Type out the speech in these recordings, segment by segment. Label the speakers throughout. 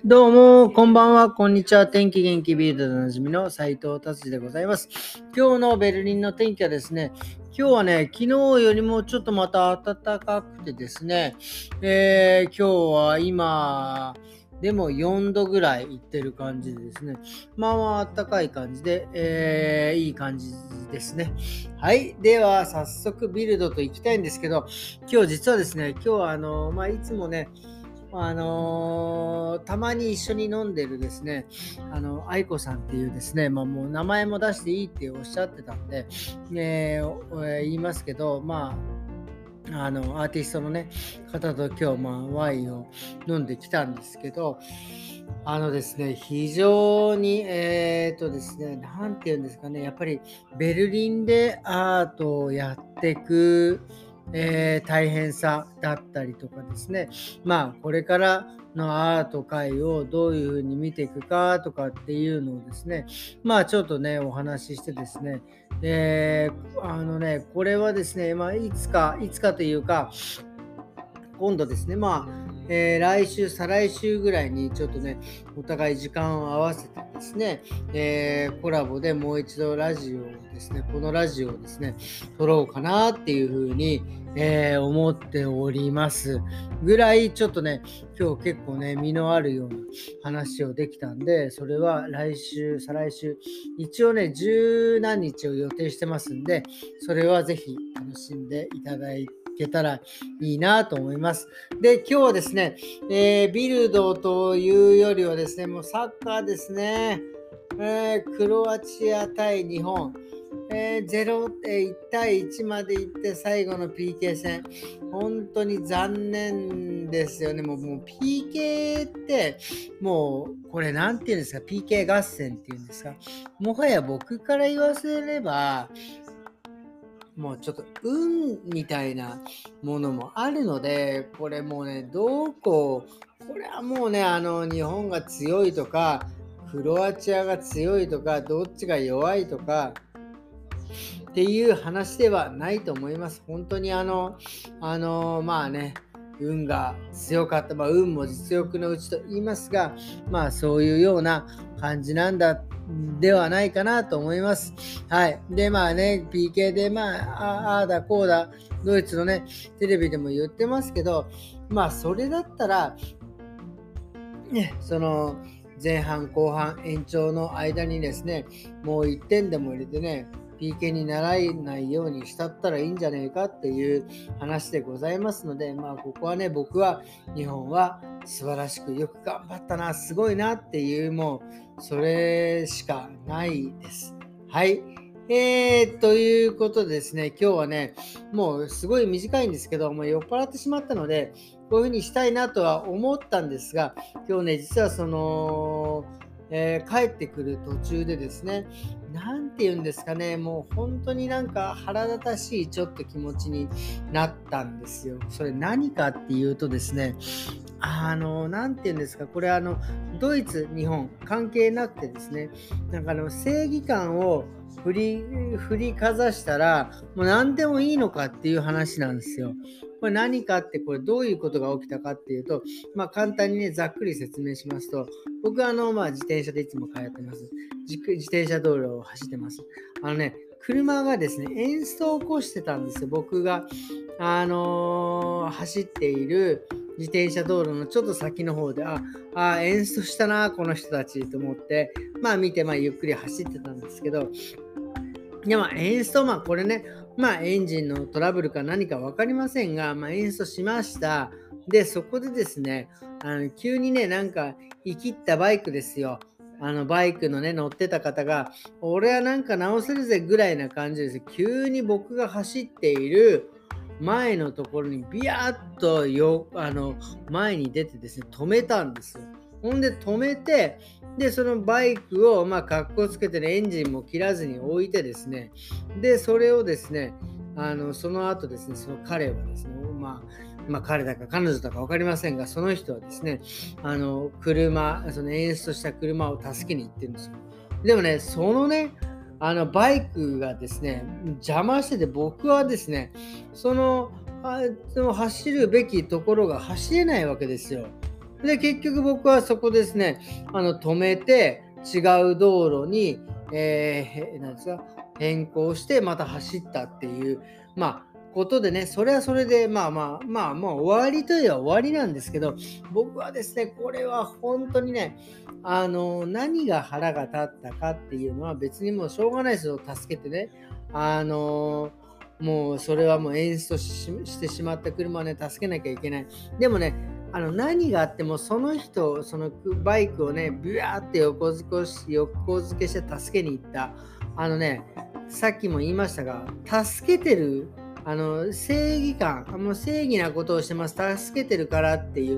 Speaker 1: どうも、こんばんは、こんにちは。天気元気ビルドでおなじみの斉藤達治でございます。今日のベルリンの天気はですね、今日はね、昨日よりもちょっとまた暖かくてですね、今日は今、でも4度ぐらいいってる感じでですね、まあまあ暖かい感じで、いい感じですね。はい。では、早速ビルドと行きたいんですけど、今日実はですね、今日はいつもね、たまに一緒に飲んでるですね、愛子さんっていうですね、もう名前も出していいっておっしゃってたんで、言いますけど、アーティストのね、方と今日、ワインを飲んできたんですけど、ですね、非常に、ですね、なんて言うんですかね、やっぱりベルリンでアートをやっていく、大変さだったりとかですね、これからのアート界をどういうふうに見ていくかとかっていうのをですね、ちょっとね、お話ししてですね、これはですね、いつかというか、今度ですね、来週、再来週ぐらいにちょっとね、お互い時間を合わせてですね、コラボでもう一度ラジオをですね、このラジオをですね、撮ろうかなっていうふうに、思っておりますぐらい、ちょっとね、今日結構ね、身のあるような話をできたんで、それは来週、再来週、一応ね、十何日を予定してますんで、それはぜひ楽しんでいただけたらいいなと思います。で、今日はですね、ビルドというよりはですね、もうサッカーですね。クロアチア対日本。1対1まで行って最後の PK 戦。本当に残念ですよね。もう PK って、もうこれなんていうんですか、PK 合戦っていうんですか。もはや僕から言わせれば、もうちょっと運みたいなものもあるので、これもうね、これはもうね、日本が強いとか、クロアチアが強いとか、どっちが弱いとか、っていう話ではないと思います。本当に運が強かった、運も実力のうちと言いますが、そういうような感じなんだではないかなと思います。はい。で、PK で、ああだこうだ、ドイツのね、テレビでも言ってますけど、それだったら、ね、その前半後半延長の間にですね、もう1点でも入れてね、PK にならないようにしたったらいいんじゃねえかっていう話でございますので、ここはね、僕は日本は素晴らしくよく頑張ったな、すごいなっていう、もうそれしかないです。はい。ということでですね、今日はね、もうすごい短いんですけど、もう酔っ払ってしまったので、こういう風にしたいなとは思ったんですが、今日ね、実は帰ってくる途中でですね、なんて言うんですかね、もう本当になんか腹立たしいちょっと気持ちになったんですよ。それ何かっていうとですね、なんて言うんですか、これドイツ、日本関係なくてですね、なんか正義感を振りかざしたら、もう何でもいいのかっていう話なんですよ。これ何かって、これどういうことが起きたかっていうと、簡単にね、ざっくり説明しますと、僕は自転車でいつも通ってます。自転車道路を走ってます。車がですね、エンストを起こしてたんですよ。僕が、走っている自転車道路のちょっと先の方で、エンストしたな、この人たちと思って、見て、ゆっくり走ってたんですけど、エンスト、これね、エンジンのトラブルか何か分かりませんが、エンストしました。で、そこでですね、急にね、なんか、生きったバイクですよ。バイクのね、乗ってた方が、俺はなんか直せるぜぐらいな感じです。急に僕が走っている前のところにビヤーっと前に出てですね、止めたんですよ。ほんで止めて、で、そのバイクを、かっこつけてね、エンジンも切らずに置いてですね、で、それをですね、その後ですね、その彼はですね、彼だか彼女だか分かりませんが、その人はですね、その演出した車を助けに行ってるんですよ。でもね、そのね、バイクがですね、邪魔してて、僕はですね、その走るべきところが走れないわけですよ。 で、結局僕はそこですね、止めて、違う道路に、なんですか、変更してまた走ったっていう、ことでね、それはそれで、もう終わりといえば終わりなんですけど、僕はですね、これは本当にね、何が腹が立ったかっていうのは別にもうしょうがないですよ、助けてね。あの、もうそれはもうエンストしてしまった車をね、助けなきゃいけない。でもね、何があってもその人、そのバイクをね、ビューって横付けして助けに行った。さっきも言いましたが、助けてる、正義感、正義なことをしてます、助けてるからって言って、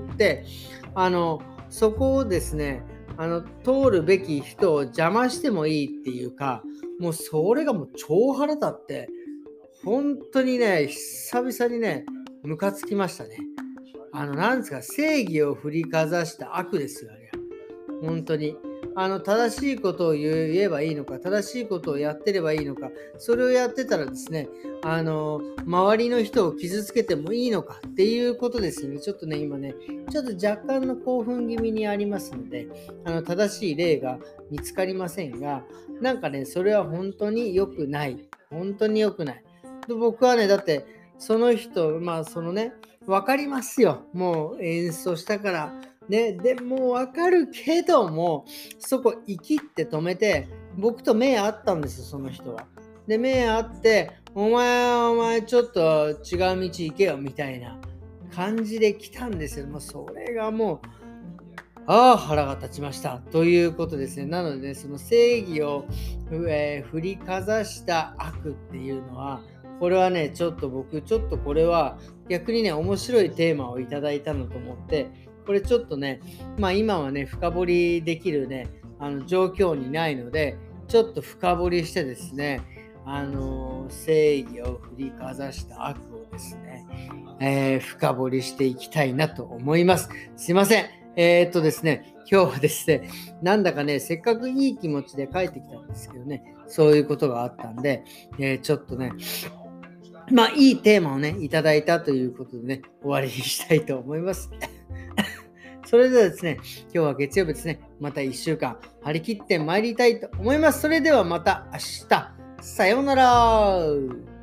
Speaker 1: あの、そこをですね、通るべき人を邪魔してもいいっていうか、もうそれがもう超腹立って、本当にね、久々にね、ムカつきましたね。なんですか、正義を振りかざした悪ですよ、あれは。本当に。正しいことを言えばいいのか、正しいことをやってればいいのか、それをやってたらですね、周りの人を傷つけてもいいのかっていうことですよね。ちょっとね、今ね、ちょっと若干の興奮気味にありますので、正しい例が見つかりませんが、なんかね、それは本当に良くない。本当に良くない。で、僕はね、だって、その人、そのね、分かりますよ。もう演奏したから。ね、でも分かるけども、そこ生きって止めて、僕と目合ったんですよ、その人は。で、目合って、お前ちょっと違う道行けよ、みたいな感じで来たんですよ。もうそれがもう、腹が立ちました。ということですね。なのでね、その正義を、振りかざした悪っていうのは、これはね、ちょっと僕、ちょっとこれは逆にね、面白いテーマをいただいたのと思って、これちょっとね、今はね、深掘りできるね、状況にないので、ちょっと深掘りしてですね、正義を振りかざした悪をですね、深掘りしていきたいなと思います。すいません。ですね、今日はですね、なんだかね、せっかくいい気持ちで帰ってきたんですけどね、そういうことがあったんで、ちょっとね、いいテーマをね、いただいたということでね、終わりにしたいと思います。それではですね、今日は月曜日ですね、また1週間張り切って参りたいと思います。それではまた明日、さようなら。